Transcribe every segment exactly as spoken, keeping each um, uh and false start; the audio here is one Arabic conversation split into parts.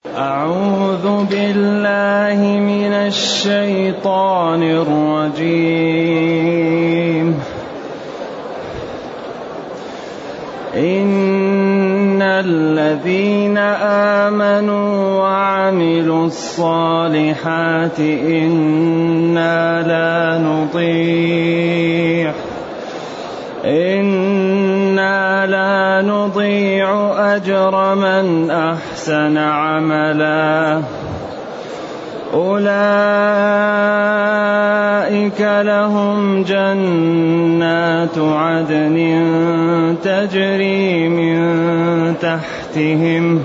أعوذ بالله من الشيطان الرجيم. إن الذين آمنوا وعملوا الصالحات إنا لا نضيع إنا لا نضيع أجر من أحسن عملا أولئك لهم جنات عدن تجري من تحتهم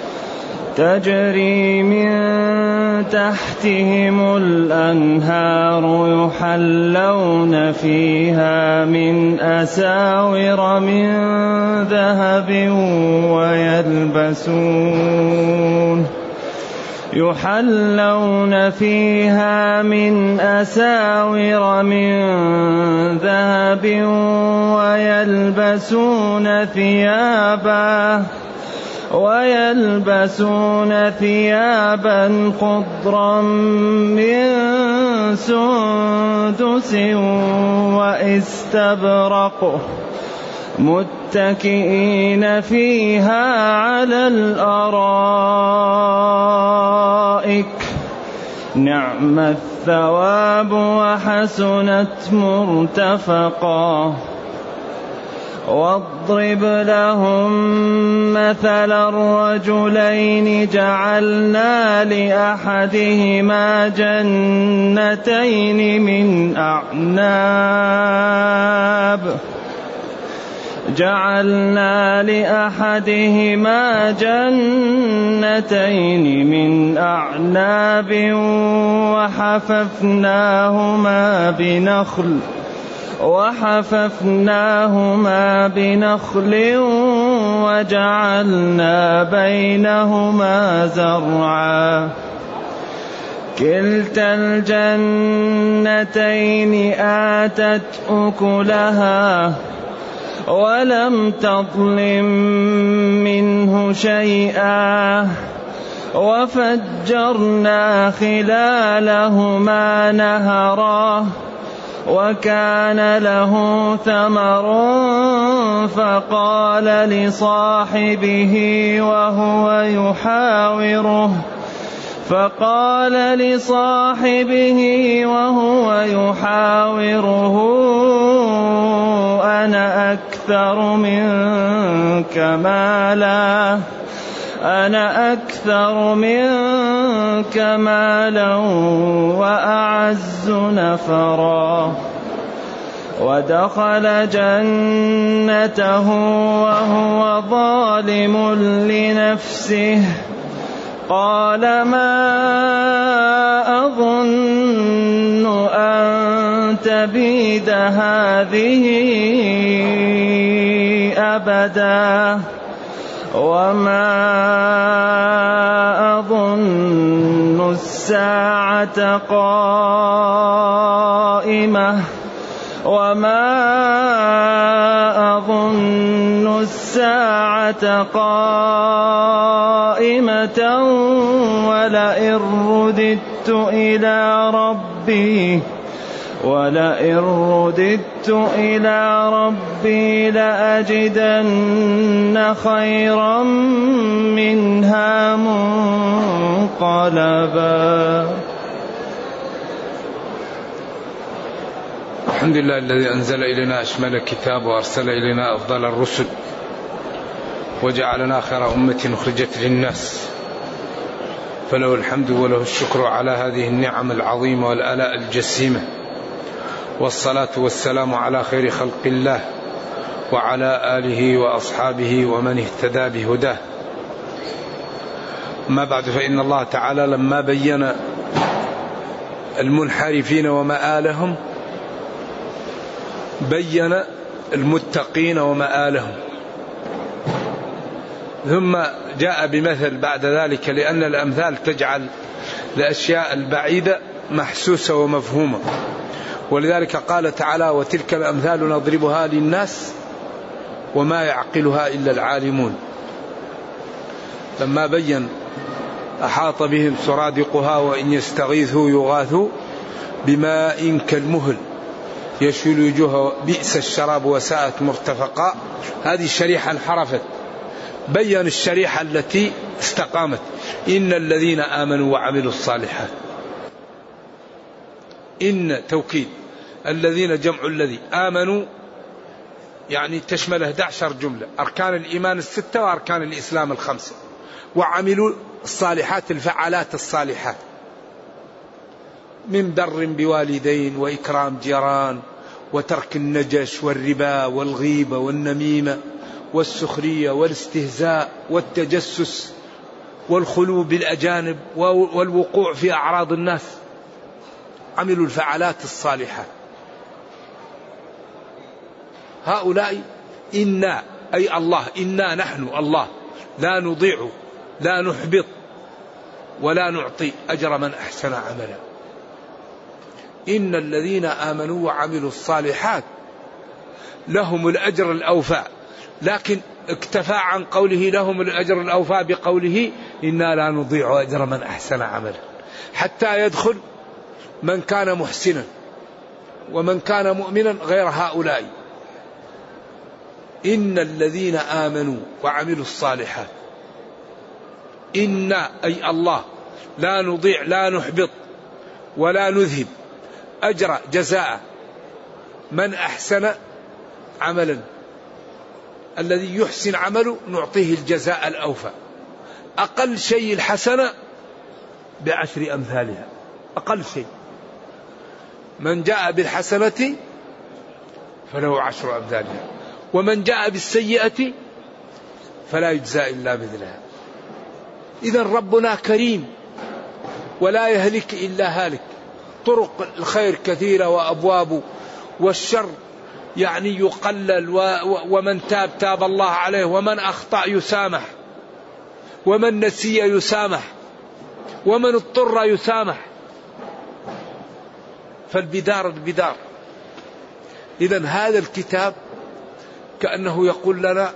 تجري من تحتهم الأنهار يحلون فيها من أساور من ذهب ويلبسون يحلون فيها من أساور من ذهب ويلبسون ثيابا ويلبسون ثيابا خضرا من سندس واستبرق متكئين فيها على الأرائك نعم الثواب وحسنت مرتفقا. واضرب لهم مثلا الرجلين جعلنا لأحدهما جنتين من أعناب جعلنا لأحدهما جنتين من أعناب وحففناهما بنخل وحففناهما بنخل وجعلنا بينهما زرعا كلتا الجنتين آتت أكلها ولم تظلم منه شيئا وفجرنا خلالهما نهرا وكان له ثمر فقال لصاحبه وهو يحاوره فقال لصاحبه وهو يحاوره أنا أكثر منك مالا أنا أكثر منك مالا وأعز نفرا ودخل جنته وهو ظالم لنفسه قال ما أظن أن تبيد هذه أبدا وما أظن الساعة قائمة وما أظن الساعة قائمة ولئن رددت إلى ربي ولئن رددت إلى ربي لأجدن خيرا منها منقلبا. الحمد لله الذي أنزل إلينا أشمل الكتاب وأرسل إلينا أفضل الرسل وجعلنا خير أمة أخرجت للناس فله الحمد وله الشكر على هذه النعم العظيمة والآلاء الجسيمة والصلاة والسلام على خير خلق الله وعلى آله وأصحابه ومن اهتدى بهداه. ما بعد فإن الله تعالى لما بين المنحرفين ومآلهم بين المتقين ومآلهم ثم جاء بمثل بعد ذلك لأن الأمثال تجعل الأشياء البعيدة محسوسة ومفهومة ولذلك قال تعالى وتلك الأمثال نضربها للناس وما يعقلها إلا العالمون. لما بين أحاط بهم سرادقها وإن يستغيثوا يغاثوا بماء كالمهل يشوي الوجوه بئس الشراب وساءت مرتفقا. هذه الشريحة انحرفت، بين الشريحة التي استقامت. إن الذين آمنوا وعملوا الصالحات، إن توكيد، الذين جمع الذي، آمنوا يعني تشمل إحدى عشرة جملة، أركان الإيمان الستة وأركان الإسلام الخمسة، وعملوا الصالحات الفعالات الصالحات من بر بوالدين وإكرام جيران وترك النجش والربا والغيبة والنميمة والسخرية والاستهزاء والتجسس والخلو بالأجانب والوقوع في أعراض الناس. عملوا الفعالات الصالحات. هؤلاء إنا أي الله، إنا نحن الله لا نضيع لا نحبط ولا نعطي أجر من أحسن عملا. إن الذين آمنوا وعملوا الصالحات لهم الأجر الأوفى، لكن اكتفى عن قوله لهم الأجر الأوفى بقوله إنا لا نضيع أجر من أحسن عملا، حتى يدخل من كان محسنا ومن كان مؤمنا غير هؤلاء. إن الذين آمنوا وعملوا الصالحات، إنا أي الله لا نضيع لا نحبط ولا نذهب أجر جزاء من أحسن عملا. الذي يحسن عمله نعطيه الجزاء الأوفى. أقل شيء الحسنة بعشر أمثالها، أقل شيء. من جاء بالحسنة فله عشر أمثالها، ومن جاء بالسيئة فلا يجزى إلا مثلها. إذا ربنا كريم ولا يهلك إلا هالك. طرق الخير كثيرة وأبوابه، والشر يعني يقلل، ومن تاب تاب الله عليه، ومن أخطأ يسامح، ومن نسي يسامح، ومن اضطر يسامح. فالبدار البدار. إذن هذا الكتاب كأنه يقول لنا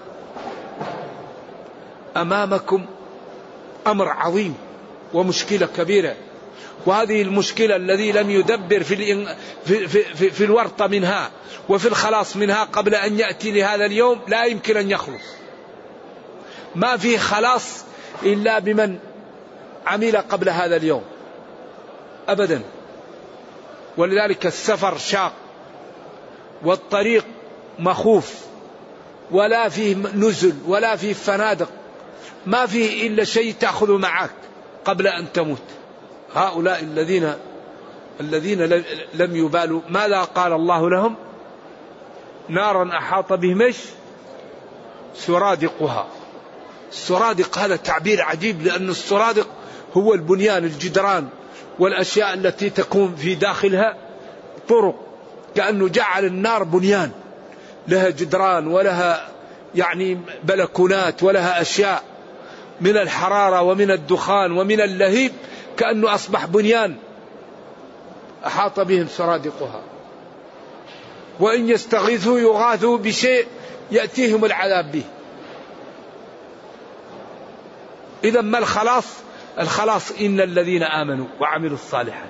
أمامكم أمر عظيم ومشكلة كبيرة، وهذه المشكلة الذي لم يدبر في, في, في, في, في الورطة منها وفي الخلاص منها قبل أن يأتي لهذا اليوم لا يمكن أن يخلص. ما في خلاص إلا بمن عمل قبل هذا اليوم أبدا. ولذلك السفر شاق والطريق مخوف، ولا فيه نزل ولا فيه فنادق، ما فيه إلا شيء تأخذ معك قبل أن تموت. هؤلاء الذين الذين لم يبالوا ماذا قال الله لهم؟ نارا أحاط بهم ايش؟ سرادقها. السرادق هذا تعبير عجيب، لأن السرادق هو البنيان، الجدران والأشياء التي تكون في داخلها طرق، كأنه جعل النار بنيان لها جدران ولها يعني بلكونات ولها أشياء من الحرارة ومن الدخان ومن اللهيب، كأنه أصبح بنيان أحاط بهم سرادقها. وإن يستغيثوا يغاثوا بشيء يأتيهم العذاب به. إذا ما الخلاص؟ الخلاص إن الذين آمنوا وعملوا الصالحات.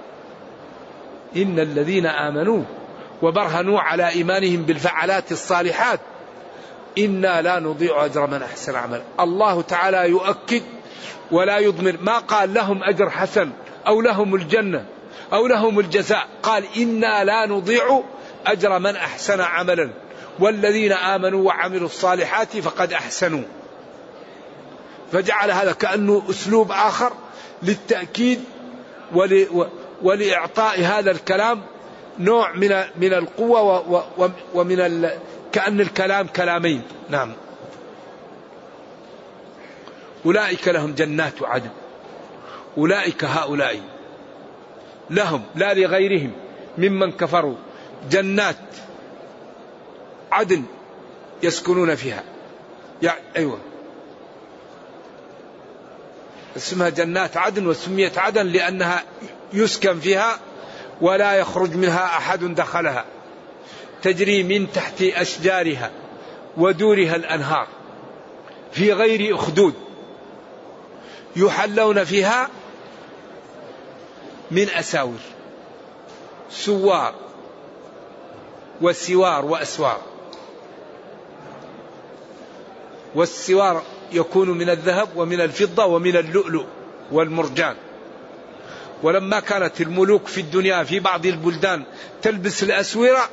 إن الذين آمنوا وبرهنوا على إيمانهم بالفعالات الصالحات إنا لا نضيع أجر من أحسن عمل. الله تعالى يؤكد ولا يضمن، ما قال لهم أجر حسن أو لهم الجنة أو لهم الجزاء، قال إنا لا نضيع أجر من أحسن عملا، والذين آمنوا وعملوا الصالحات فقد أحسنوا. فجعل هذا كأنه أسلوب آخر للتأكيد ولإعطاء هذا الكلام نوع من من القوة ومن كأن الكلام كلامين. نعم. أولئك لهم جنات عدن، أولئك هؤلاء لهم لا لغيرهم ممن كفروا جنات عدن يسكنون فيها. يعني أيوة اسمها جنات عدن، وسميت عدن لأنها يسكن فيها ولا يخرج منها أحد دخلها، تجري من تحت أشجارها ودورها الأنهار في غير أخدود. يحلون فيها من أساور، سوار وسوار وأسوار. والسوار يكون من الذهب ومن الفضة ومن اللؤلؤ والمرجان. ولما كانت الملوك في الدنيا في بعض البلدان تلبس الأسورة،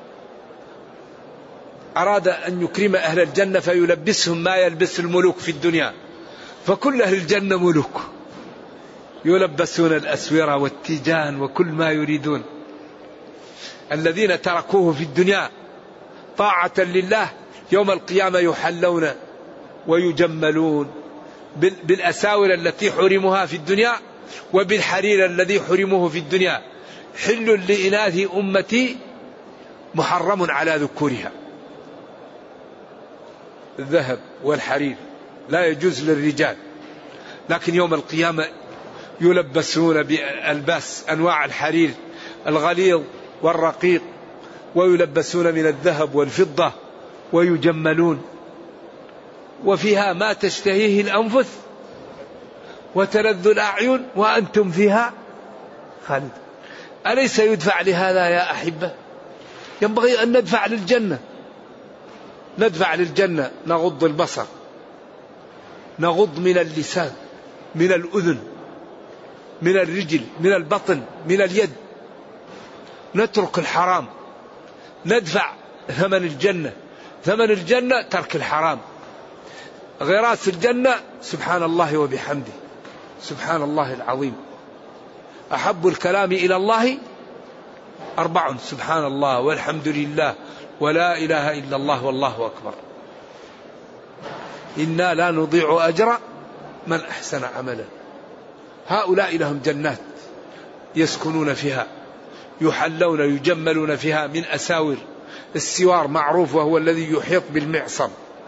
أراد أن يكرم أهل الجنة فيلبسهم ما يلبس الملوك في الدنيا، فكل أهل الجنة ملوك يلبسون الأسورة والتيجان وكل ما يريدون. الذين تركوه في الدنيا طاعة لله يوم القيامة يحلون ويجملون بالأساور التي حرموها في الدنيا وبالحرير الذي حرموه في الدنيا. حل لإناث أمتي محرم على ذكورها. الذهب والحرير لا يجوز للرجال، لكن يوم القيامة يلبسون بألباس أنواع الحرير الغليظ والرقيق، ويلبسون من الذهب والفضة ويجملون. وفيها ما تشتهيه الأنفس وتلذ الأعين وأنتم فيها خالدون. أليس يدفع لهذا يا أحبة؟ ينبغي أن ندفع للجنة، ندفع للجنة، نغض البصر، نغض من اللسان، من الأذن، من الرجل، من البطن، من اليد، نترك الحرام، ندفع ثمن الجنة. ثمن الجنة ترك الحرام. غراس الجنة سبحان الله وبحمده، سبحان الله العظيم. أحب الكلام إلى الله أربع: سبحان الله والحمد لله ولا إله إلا الله والله أكبر. إنا لا نضيع أجر من أحسن عملا. هؤلاء لهم جنات يسكنون فيها، يحلون يجملون فيها من أساور. السوار معروف وهو الذي يحيط بالمعصم.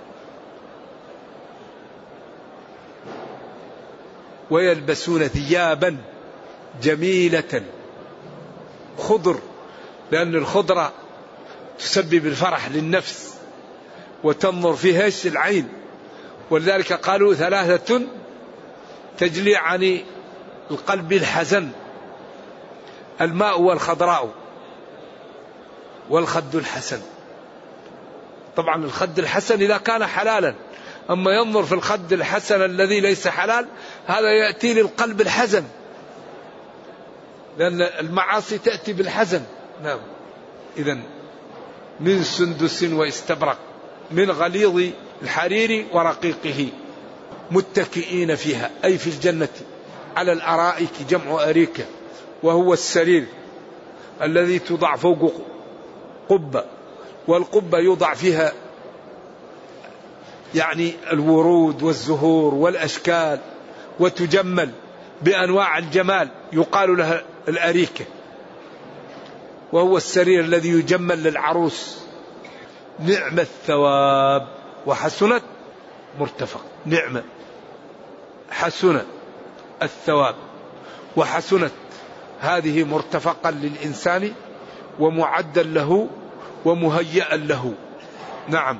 ويلبسون ثيابا جميلة خضر، لأن الخضرة تسبب الفرح للنفس وتنظر فيها العين. ولذلك قالوا ثلاثة تجلي عن القلب الحزن: الماء والخضراء والخد الحسن. طبعا الخد الحسن إذا كان حلالا، أما ينظر في الخد الحسن الذي ليس حلال هذا يأتي للقلب الحزن، لأن المعاصي تأتي بالحزن. نعم. إذن من سندس واستبرق من غليظ الحرير ورقيقه متكئين فيها، أي في الجنة، على الأرائك، جمع أريكة، وهو السرير الذي توضع فوق قبة، والقبة يوضع فيها يعني الورود والزهور والأشكال، وتجمل بأنواع الجمال، يقال لها الأريكة. وهو السرير الذي يجمل للعروس. نعم الثواب وحسنت مرتفق. نعمة حسن الثواب وحسنت، هذه مرتفقا للإنسان ومعدا له ومهيئا له. نعم.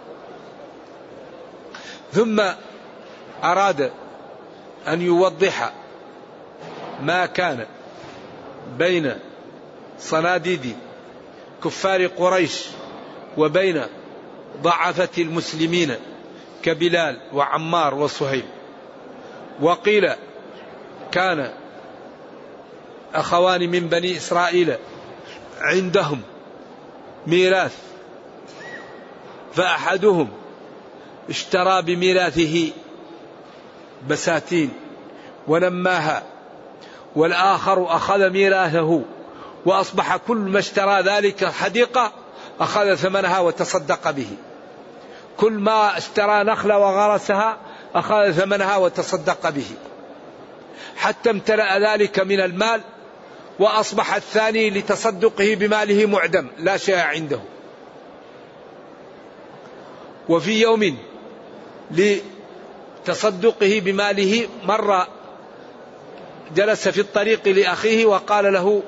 ثم أراد أن يوضح ما كان بين صناديد كفار قريش وبين ضعفة المسلمين كبلال وعمار وصهيب. وقيل كان أخوان من بني إسرائيل عندهم ميراث، فأحدهم اشترى بميراثه بساتين ونماها، والآخر أخذ ميراثه وأصبح كل ما اشترى ذلك حديقة أخذ ثمنها وتصدق به. كل ما اشترى نخلة وغرسها أخذ ثمنها وتصدق به، حتى امتلأ ذلك من المال، وأصبح الثاني لتصدقه بماله معدم لا شيء عنده. وفي يوم لتصدقه بماله مر جلس في الطريق لأخيه وقال له: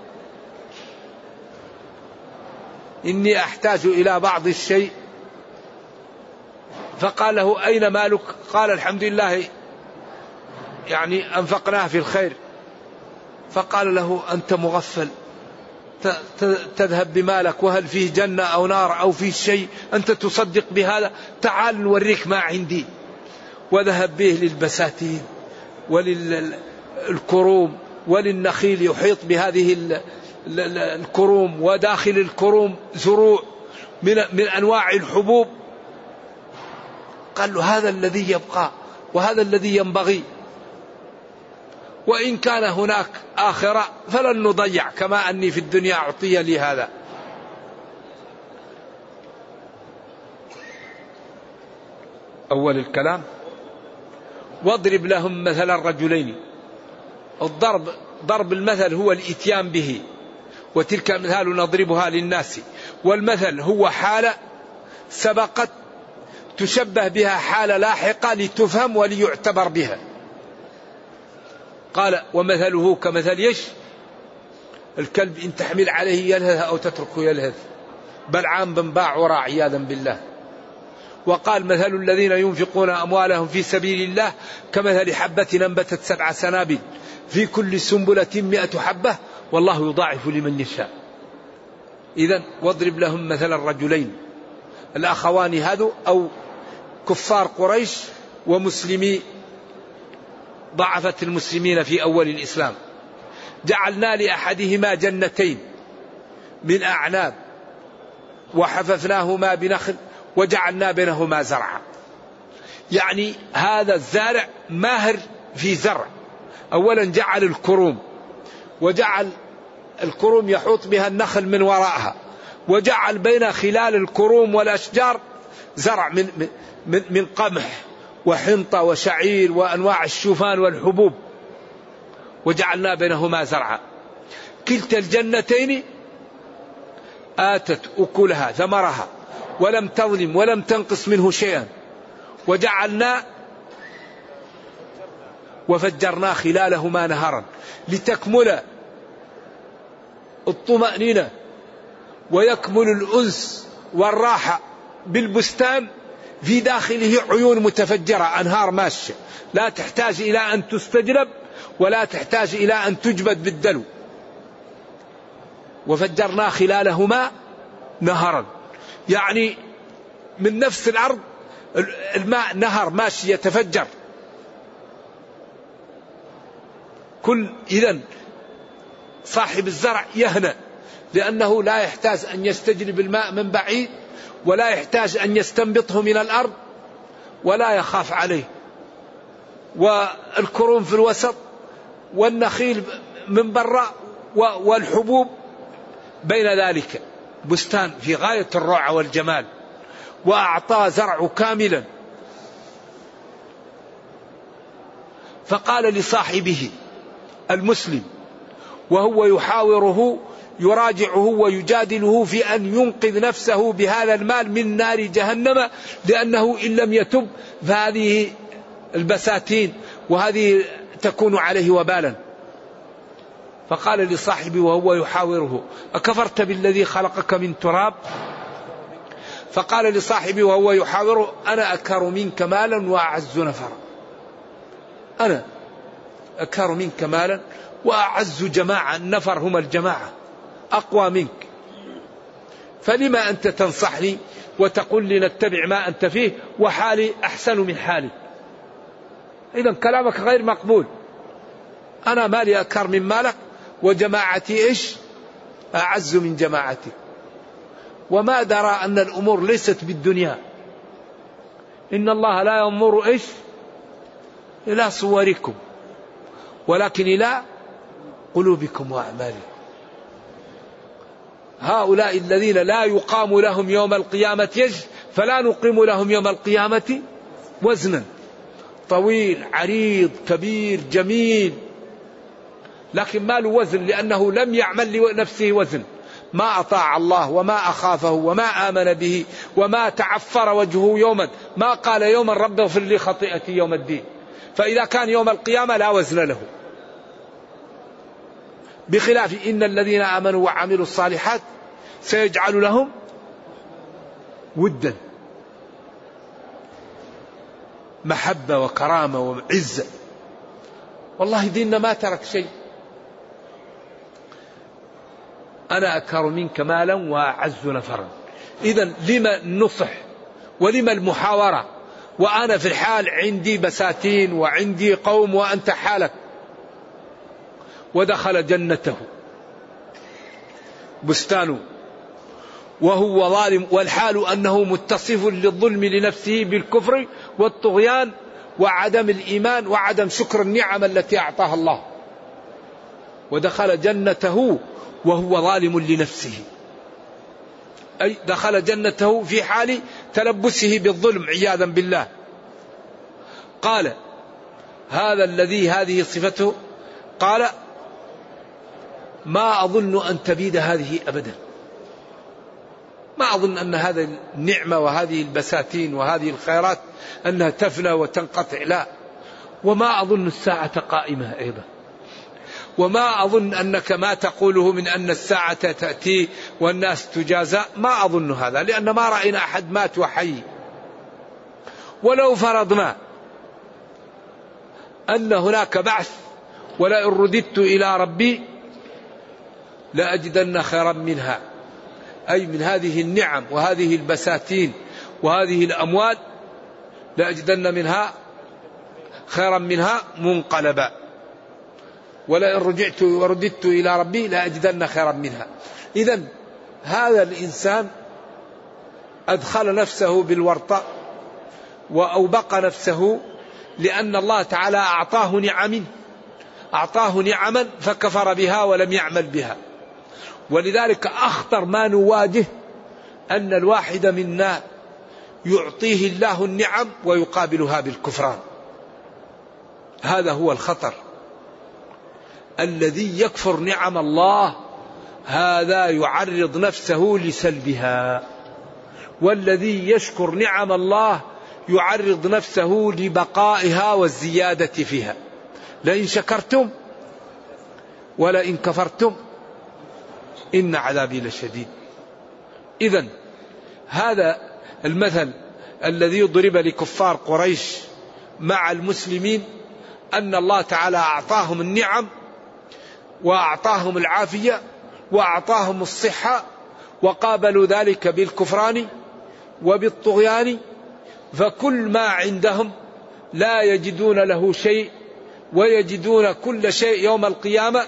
إني أحتاج إلى بعض الشيء. فقال له: أين مالك؟ قال: الحمد لله يعني أنفقناه في الخير. فقال له أنت مغفل، تذهب بمالك وهل فيه جنة أو نار أو فيه شيء أنت تصدق بهذا؟ تعال نوريك ما عندي. وذهب به للبساتين وللكروم وللنخيل يحيط بهذه الكروم، وداخل الكروم زروع من, من أنواع الحبوب. قال له هذا الذي يبقى وهذا الذي ينبغي، وإن كان هناك آخرة فلن نضيع كما أني في الدنيا أعطي لي هذا. أول الكلام واضرب لهم مثل الرجلين. الضرب ضرب المثل هو الإتيان به، وتلك مثال نضربها للناس، والمثل هو حالة سبقت تشبه بها حالة لاحقة لتفهم وليعتبر بها. قال ومثله كمثل يش الكلب إن تحمل عليه يلهث أو تتركه يلهث، بلعام بن باعورا عياذا بالله. وقال مثل الذين ينفقون أموالهم في سبيل الله كمثل حبة أنبتت سبع سنابل في كل سنبلة مئة حبة والله يضاعف لمن يشاء. إذن واضرب لهم مثل الرجلين الأخوان هذو أو كفار قريش ومسلمي ضعفة المسلمين في أول الإسلام. جعلنا لأحدهما جنتين من أعناب وحففناهما بنخل وجعلنا بينهما زرعا. يعني هذا الزارع ماهر في زرع. أولا جعل الكروم، وجعل الكروم يحوط بها النخل من وراءها، وجعل بين خلال الكروم والأشجار زرع من, من, من قمح وحنطة وشعير وأنواع الشوفان والحبوب، وجعلنا بينهما زرعا. كلتا الجنتين آتت أكلها ثمرها ولم تظلم ولم تنقص منه شيئا. وجعلنا وفجرنا خلالهما نهرا لتكمل الطمأنينة ويكمل الأنس والراحة بالبستان في داخله عيون متفجرة، أنهار ماشية لا تحتاج إلى أن تستجلب ولا تحتاج إلى أن تجبد بالدلو. وفجرنا خلالهما نهرا، يعني من نفس الأرض الماء نهر ماشي يتفجر. كل إذن صاحب الزرع يهنأ لأنه لا يحتاج أن يستجلب الماء من بعيد ولا يحتاج أن يستنبطه من الأرض ولا يخاف عليه. والكروم في الوسط والنخيل من براء والحبوب بين ذلك، بستان في غاية الروعة والجمال. وأعطى زرع كاملا. فقال لصاحبه المسلم وهو يحاوره يراجعه ويجادله في أن ينقذ نفسه بهذا المال من نار جهنم، لأنه إن لم يتب فهذه البساتين وهذه تكون عليه وبالا. فقال لصاحبه وهو يحاوره أكفرت بالذي خلقك من تراب؟ فقال لصاحبه وهو يحاوره أنا أكثر منك مالا وأعز نفرا، أنا أكثر منك مالا وأعز جماعة، النفر هم الجماعة أقوى منك، فلما أنت تنصحني وتقول لي نتبع ما أنت فيه وحالي أحسن من حالي؟ إذن كلامك غير مقبول. أنا مالي أكثر من مالك وجماعتي إيش أعز من جماعتي. وما درى أن الأمور ليست بالدنيا، إن الله لا ينظر إيش إلى صوركم ولكن إلى قلوبكم وأعمالكم. هؤلاء الذين لا يقام لهم يوم القيامة يجز فلا نقيم لهم يوم القيامة وزنا. طويل عريض كبير جميل لكن ما له وزن، لأنه لم يعمل لنفسه وزن، ما أطاع الله وما أخافه وما آمن به وما تعفر وجهه يوما، ما قال يوما رب اغفر لي خطيئتي يوم الدين. فإذا كان يوم القيامة لا وزن له. بخلاف إن الذين آمنوا وعملوا الصالحات سيجعل لهم ودا، محبة وكرامة وعزة. والله ديننا ما ترك شيء. أنا أكثر منك مالا وأعز نفرا. إذن لما النصح ولما المحاورة وأنا في الحال عندي بساتين وعندي قوم وأنت حالك. ودخل جنته بستانه وهو ظالم والحال أنه متصف للظلم لنفسه بالكفر والطغيان وعدم الإيمان وعدم شكر النعم التي أعطاها الله. ودخل جنته وهو ظالم لنفسه، أي دخل جنته في حال تلبسه بالظلم عياذا بالله. قال هذا الذي هذه صفته، قال ما أظن أن تبيد هذه أبدا، ما أظن أن هذه النعمة وهذه البساتين وهذه الخيرات أنها تفنى وتنقطع، لا، وما أظن الساعة قائمة أيضا، وما أظن أنك ما تقوله من أن الساعة تأتي والناس تجازى، ما أظن هذا، لأن ما رأينا أحد مات وحي. ولو فرضنا أن هناك بعث ولئن رددت إلى ربي لأجدن خيرا منها، أي من هذه النعم وهذه البساتين وهذه الأموال لأجدن منها خيرا منها منقلبا، ولئن رجعت ورددت إلى ربي لأجدن خيرا منها. إذن هذا الإنسان أدخل نفسه بالورطة وأوبق نفسه، لأن الله تعالى أعطاه نعم أعطاه نعما فكفر بها ولم يعمل بها. ولذلك أخطر ما نواجه أن الواحد منا يعطيه الله النعم ويقابلها بالكفران. هذا هو الخطر. الذي يكفر نعم الله هذا يعرض نفسه لسلبها، والذي يشكر نعم الله يعرض نفسه لبقائها والزيادة فيها. لئن شكرتم ولئن كفرتم إن عذابي لشديد. إذن هذا المثل الذي ضرب لكفار قريش مع المسلمين أن الله تعالى أعطاهم النعم وأعطاهم العافية وأعطاهم الصحة، وقابلوا ذلك بالكفران وبالطغيان، فكل ما عندهم لا يجدون له شيء ويجدون كل شيء يوم القيامة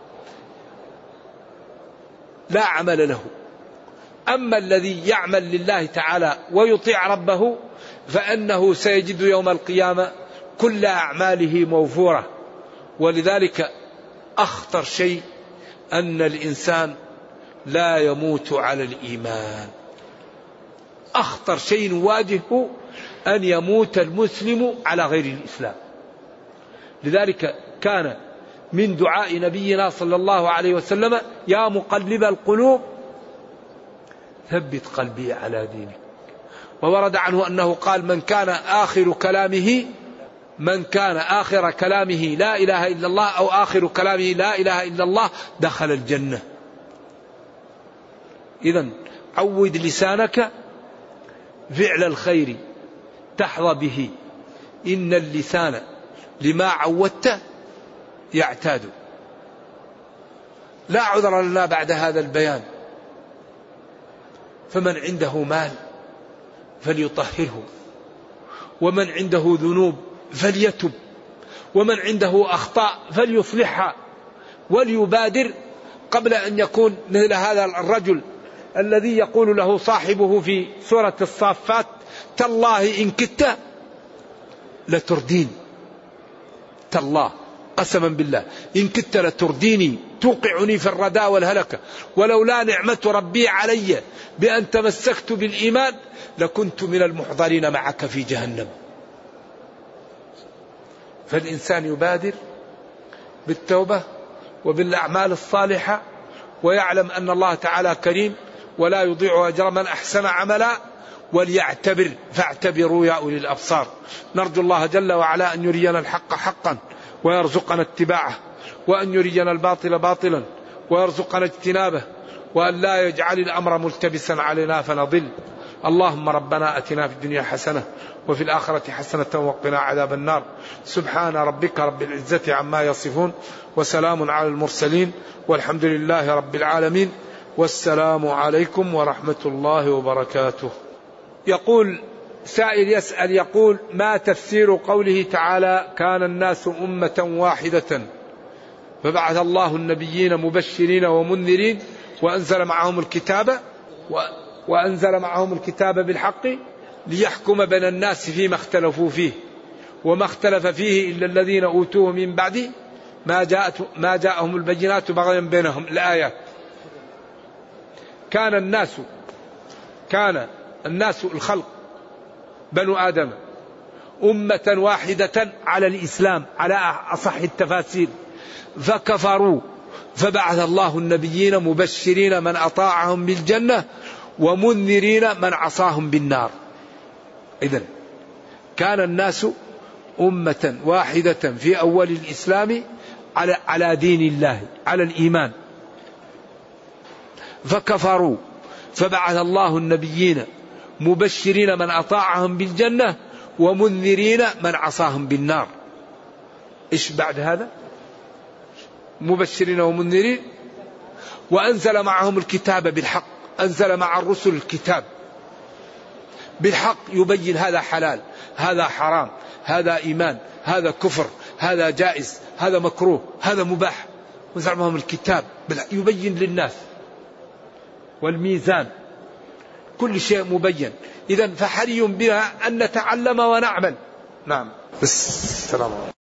لا عمل له. أما الذي يعمل لله تعالى ويطيع ربه فإنه سيجد يوم القيامة كل أعماله موفورة. ولذلك أخطر شيء أن الإنسان لا يموت على الإيمان. أخطر شيء نواجهه أن يموت المسلم على غير الإسلام. لذلك كان من دعاء نبينا صلى الله عليه وسلم يا مقلب القلوب ثبت قلبي على دينك. وورد عنه أنه قال من كان آخر كلامه من كان آخر كلامه لا إله إلا الله أو آخر كلامه لا إله إلا الله دخل الجنة. إذن عود لسانك فعل الخير تحظى به، إن اللسان لما عودت يعتاد. لا عذر لنا بعد هذا البيان. فمن عنده مال فليطهره، ومن عنده ذنوب فليتب، ومن عنده أخطاء فليصلحها، وليبادر قبل أن يكون مثل هذا الرجل الذي يقول له صاحبه في سورة الصافات تالله إن كدت لتردين، تالله قسما بالله إن كدت لترديني توقعني في الردى والهلكة، ولولا نعمة ربي علي بأن تمسكت بالإيمان لكنت من المحضرين معك في جهنم. فالإنسان يبادر بالتوبة وبالأعمال الصالحة، ويعلم أن الله تعالى كريم ولا يضيع أجر من أحسن عملا، وليعتبر فاعتبروا يا أولي الأبصار. نرجو الله جل وعلا أن يرينا الحق حقا ويرزقنا اتباعه، وأن يرينا الباطل باطلا ويرزقنا اجتنابه، وأن لا يجعل الأمر ملتبسا علينا فنضل. اللهم ربنا أتنا في الدنيا حسنة وفي الآخرة حسنة وقنا عذاب النار. سبحان ربك رب العزة عما يصفون وسلام على المرسلين والحمد لله رب العالمين والسلام عليكم ورحمة الله وبركاته. يقول سائل يسأل يقول: ما تفسير قوله تعالى: كان الناس أمة واحدة فبعث الله النبيين مبشرين ومنذرين وأنزل معهم الكتاب وأنزل معهم الكتاب بالحق ليحكم بين الناس فيما اختلفوا فيه وما اختلف فيه إلا الذين أوتوه من بعد ما جاءت ما جاءهم البينات بغيا بينهم. الآيات. كان الناس كان الناس الخلق بنو آدم أمة واحدة على الإسلام على أصح التفاسير، فكفروا فبعث الله النبيين مبشرين من أطاعهم بالجنة ومنذرين من عصاهم بالنار. إذن كان الناس أمة واحدة في أول الإسلام على على دين الله على الإيمان، فكفروا فبعث الله النبيين مبشرين من أطاعهم بالجنة ومنذرين من عصاهم بالنار. إيش بعد هذا؟ مبشرين ومنذرين. وأنزل معهم الكتاب بالحق، أنزل مع الرسل الكتاب بالحق يبين هذا حلال هذا حرام هذا إيمان هذا كفر هذا جائز هذا مكروه هذا مباح. وأنزل معهم الكتاب يبين للناس والميزان كل شيء مبين. إذن فحري بنا أن نتعلم ونعمل. نعم. السلام عليكم.